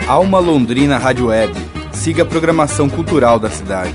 Alma Londrina Rádio Web. Siga a programação cultural da cidade.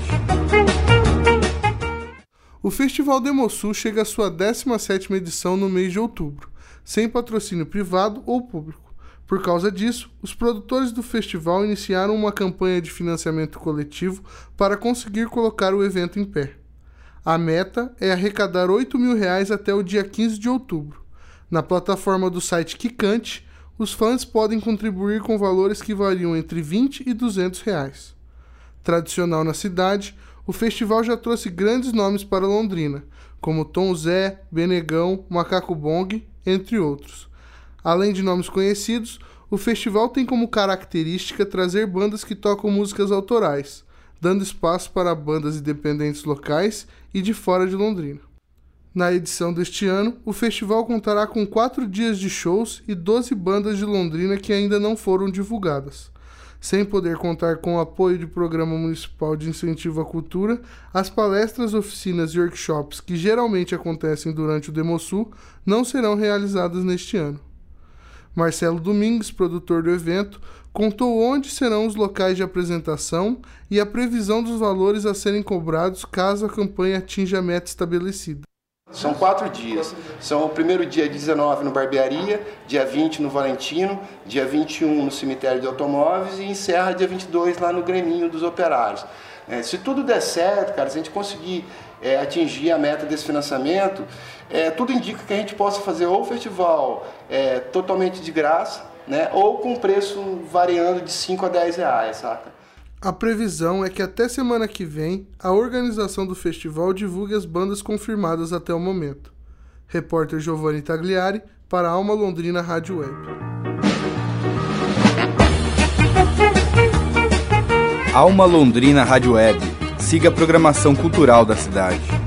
O Festival Demosul chega à sua 17ª edição no mês de outubro, sem patrocínio privado ou público. Por causa disso, os produtores do festival iniciaram uma campanha de financiamento coletivo para conseguir colocar o evento em pé. A meta é arrecadar R$ 8.000 até o dia 15 de outubro. Na plataforma do site Quicante, os fãs podem contribuir com valores que variam entre R$ 20 e R$ 200. Tradicional na cidade, o festival já trouxe grandes nomes para Londrina, como Tom Zé, Benegão, Macaco Bong, entre outros. Além de nomes conhecidos, o festival tem como característica trazer bandas que tocam músicas autorais, dando espaço para bandas independentes locais e de fora de Londrina. Na edição deste ano, o festival contará com 4 dias de shows e 12 bandas de Londrina que ainda não foram divulgadas. Sem poder contar com o apoio do Programa Municipal de Incentivo à Cultura, as palestras, oficinas e workshops que geralmente acontecem durante o Demosul não serão realizadas neste ano. Marcelo Domingues, produtor do evento, contou onde serão os locais de apresentação e a previsão dos valores a serem cobrados caso a campanha atinja a meta estabelecida. São 4 dias. São o primeiro dia 19 no Barbearia, dia 20 no Valentino, dia 21 no Cemitério de Automóveis e encerra dia 22 lá no Greminho dos Operários. Se tudo der certo, cara, se a gente conseguir atingir a meta desse financiamento, tudo indica que a gente possa fazer ou o festival totalmente de graça, né, ou com preço variando de 5 a 10 reais, saca? A previsão é que até semana que vem, a organização do festival divulgue as bandas confirmadas até o momento. Repórter Giovanni Tagliari, para a Alma Londrina Rádio Web. Alma Londrina Rádio Web. Siga a programação cultural da cidade.